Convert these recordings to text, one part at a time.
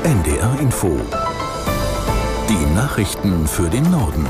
NDR Info. Die Nachrichten für den Norden.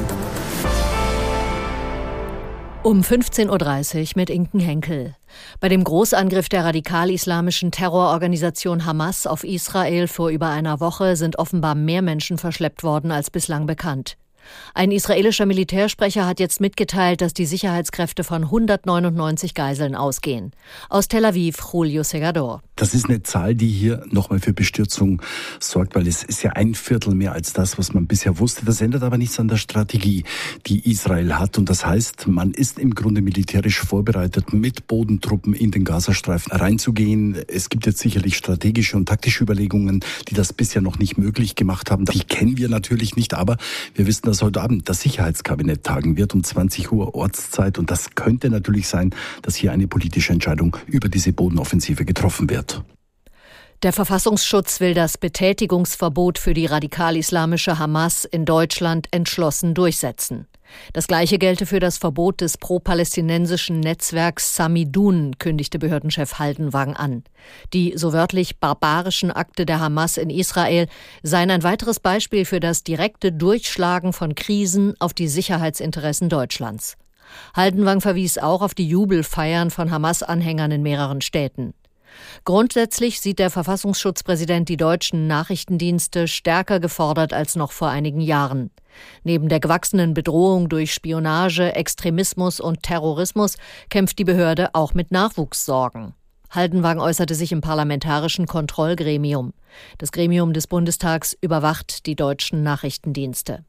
Um 15.30 Uhr mit Inken Henkel. Bei dem Großangriff der radikal-islamischen Terrororganisation Hamas auf Israel vor über einer Woche sind offenbar mehr Menschen verschleppt worden als bislang bekannt. Ein israelischer Militärsprecher hat jetzt mitgeteilt, dass die Sicherheitskräfte von 199 Geiseln ausgehen. Aus Tel Aviv, Julio Segador. Das ist eine Zahl, die hier nochmal für Bestürzung sorgt, weil es ist ja 1/4 mehr als das, was man bisher wusste. Das ändert aber nichts an der Strategie, die Israel hat. Und das heißt, man ist im Grunde militärisch vorbereitet, mit Bodentruppen in den Gazastreifen reinzugehen. Es gibt jetzt sicherlich strategische und taktische Überlegungen, die das bisher noch nicht möglich gemacht haben. Die kennen wir natürlich nicht, aber wir wissen, dass heute Abend das Sicherheitskabinett tagen wird um 20 Uhr Ortszeit. Und das könnte natürlich sein, dass hier eine politische Entscheidung über diese Bodenoffensive getroffen wird. Der Verfassungsschutz will das Betätigungsverbot für die radikal-islamische Hamas in Deutschland entschlossen durchsetzen. Das Gleiche gelte für das Verbot des pro-palästinensischen Netzwerks Samidun, kündigte Behördenchef Haldenwang an. Die so wörtlich barbarischen Akte der Hamas in Israel seien ein weiteres Beispiel für das direkte Durchschlagen von Krisen auf die Sicherheitsinteressen Deutschlands. Haldenwang verwies auch auf die Jubelfeiern von Hamas-Anhängern in mehreren Städten. Grundsätzlich sieht der Verfassungsschutzpräsident die deutschen Nachrichtendienste stärker gefordert als noch vor einigen Jahren. Neben der gewachsenen Bedrohung durch Spionage, Extremismus und Terrorismus kämpft die Behörde auch mit Nachwuchssorgen. Haldenwang äußerte sich im parlamentarischen Kontrollgremium. Das Gremium des Bundestags überwacht die deutschen Nachrichtendienste.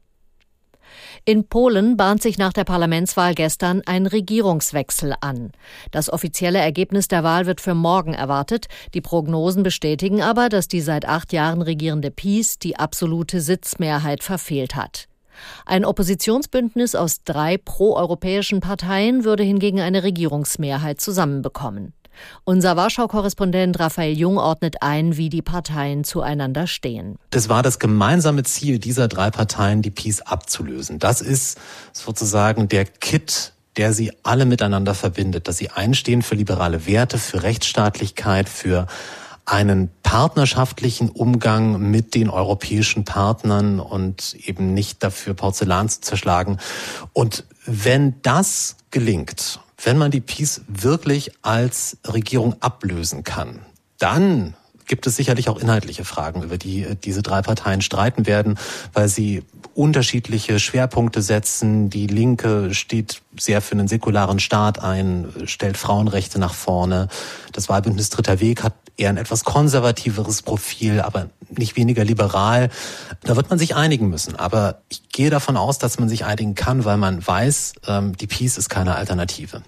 In Polen bahnt sich nach der Parlamentswahl gestern ein Regierungswechsel an. Das offizielle Ergebnis der Wahl wird für morgen erwartet. Die Prognosen bestätigen aber, dass die seit 8 Jahren regierende PiS die absolute Sitzmehrheit verfehlt hat. Ein Oppositionsbündnis aus 3 proeuropäischen Parteien würde hingegen eine Regierungsmehrheit zusammenbekommen. Unser Warschau-Korrespondent Raphael Jung ordnet ein, wie die Parteien zueinander stehen. Es war das gemeinsame Ziel dieser 3 Parteien, die PiS abzulösen. Das ist sozusagen der Kitt, der sie alle miteinander verbindet, dass sie einstehen für liberale Werte, für Rechtsstaatlichkeit, für einen partnerschaftlichen Umgang mit den europäischen Partnern und eben nicht dafür Porzellan zu zerschlagen. Und wenn das gelingt, wenn man die PiS wirklich als Regierung ablösen kann, dann gibt es sicherlich auch inhaltliche Fragen, über die diese 3 Parteien streiten werden, weil sie unterschiedliche Schwerpunkte setzen. Die Linke steht sehr für einen säkularen Staat ein, stellt Frauenrechte nach vorne. Das Wahlbündnis Dritter Weg hat eher ein etwas konservativeres Profil, aber nicht weniger liberal. Da wird man sich einigen müssen. Aber ich gehe davon aus, dass man sich einigen kann, weil man weiß, die PiS ist keine Alternative.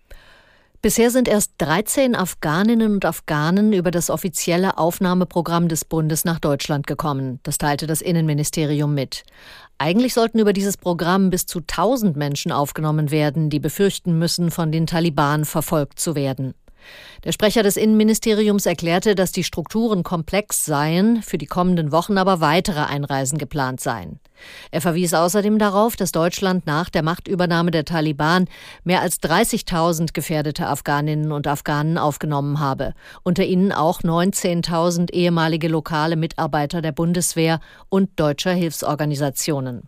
Bisher sind erst 13 Afghaninnen und Afghanen über das offizielle Aufnahmeprogramm des Bundes nach Deutschland gekommen. Das teilte das Innenministerium mit. Eigentlich sollten über dieses Programm bis zu 1000 Menschen aufgenommen werden, die befürchten müssen, von den Taliban verfolgt zu werden. Der Sprecher des Innenministeriums erklärte, dass die Strukturen komplex seien, für die kommenden Wochen aber weitere Einreisen geplant seien. Er verwies außerdem darauf, dass Deutschland nach der Machtübernahme der Taliban mehr als 30.000 gefährdete Afghaninnen und Afghanen aufgenommen habe, unter ihnen auch 19.000 ehemalige lokale Mitarbeiter der Bundeswehr und deutscher Hilfsorganisationen.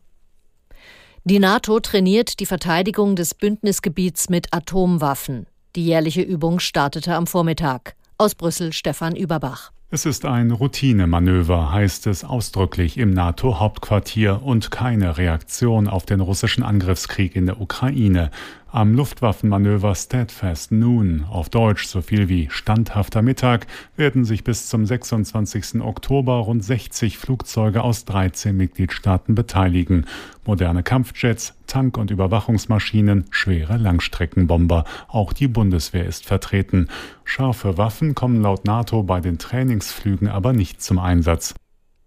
Die NATO trainiert die Verteidigung des Bündnisgebiets mit Atomwaffen. Die jährliche Übung startete am Vormittag. Aus Brüssel Stefan Überbach. Es ist ein Routinemanöver, heißt es ausdrücklich im NATO-Hauptquartier und keine Reaktion auf den russischen Angriffskrieg in der Ukraine. Am Luftwaffenmanöver Steadfast Noon, auf Deutsch so viel wie standhafter Mittag, werden sich bis zum 26. Oktober rund 60 Flugzeuge aus 13 Mitgliedstaaten beteiligen. Moderne Kampfjets, Tank- und Überwachungsmaschinen, schwere Langstreckenbomber. Auch die Bundeswehr ist vertreten. Scharfe Waffen kommen laut NATO bei den Trainingsflügen aber nicht zum Einsatz.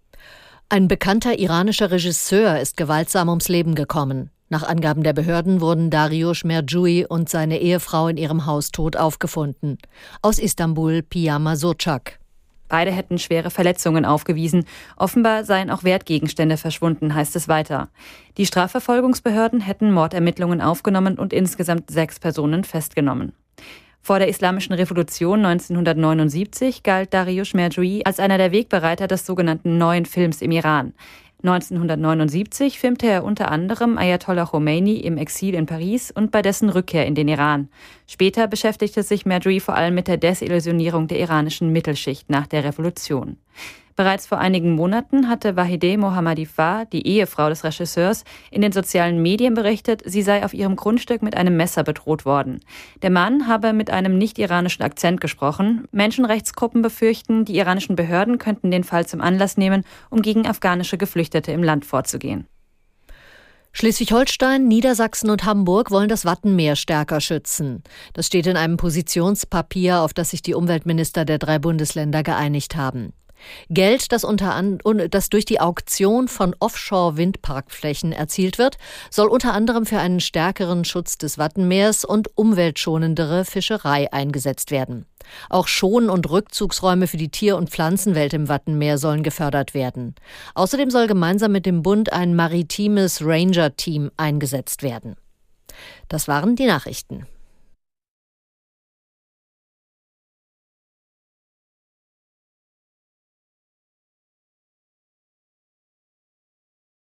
Ein bekannter iranischer Regisseur ist gewaltsam ums Leben gekommen. Nach Angaben der Behörden wurden Dariush Merjoui und seine Ehefrau in ihrem Haus tot aufgefunden. Aus Istanbul Pia Mazurczak. Beide hätten schwere Verletzungen aufgewiesen. Offenbar seien auch Wertgegenstände verschwunden, heißt es weiter. Die Strafverfolgungsbehörden hätten Mordermittlungen aufgenommen und insgesamt 6 Personen festgenommen. Vor der Islamischen Revolution 1979 galt Dariush Merjoui als einer der Wegbereiter des sogenannten Neuen Films im Iran. 1979 filmte er unter anderem Ayatollah Khomeini im Exil in Paris und bei dessen Rückkehr in den Iran. Später beschäftigte sich Merjoui vor allem mit der Desillusionierung der iranischen Mittelschicht nach der Revolution. Bereits vor einigen Monaten hatte Wahideh Mohammadi-Far, die Ehefrau des Regisseurs, in den sozialen Medien berichtet, sie sei auf ihrem Grundstück mit einem Messer bedroht worden. Der Mann habe mit einem nicht-iranischen Akzent gesprochen. Menschenrechtsgruppen befürchten, die iranischen Behörden könnten den Fall zum Anlass nehmen, um gegen afghanische Geflüchtete im Land vorzugehen. Schleswig-Holstein, Niedersachsen und Hamburg wollen das Wattenmeer stärker schützen. Das steht in einem Positionspapier, auf das sich die Umweltminister der 3 Bundesländer geeinigt haben. Geld, das durch die Auktion von Offshore-Windparkflächen erzielt wird, soll unter anderem für einen stärkeren Schutz des Wattenmeers und umweltschonendere Fischerei eingesetzt werden. Auch Schon- und Rückzugsräume für die Tier- und Pflanzenwelt im Wattenmeer sollen gefördert werden. Außerdem soll gemeinsam mit dem Bund ein maritimes Ranger-Team eingesetzt werden. Das waren die Nachrichten.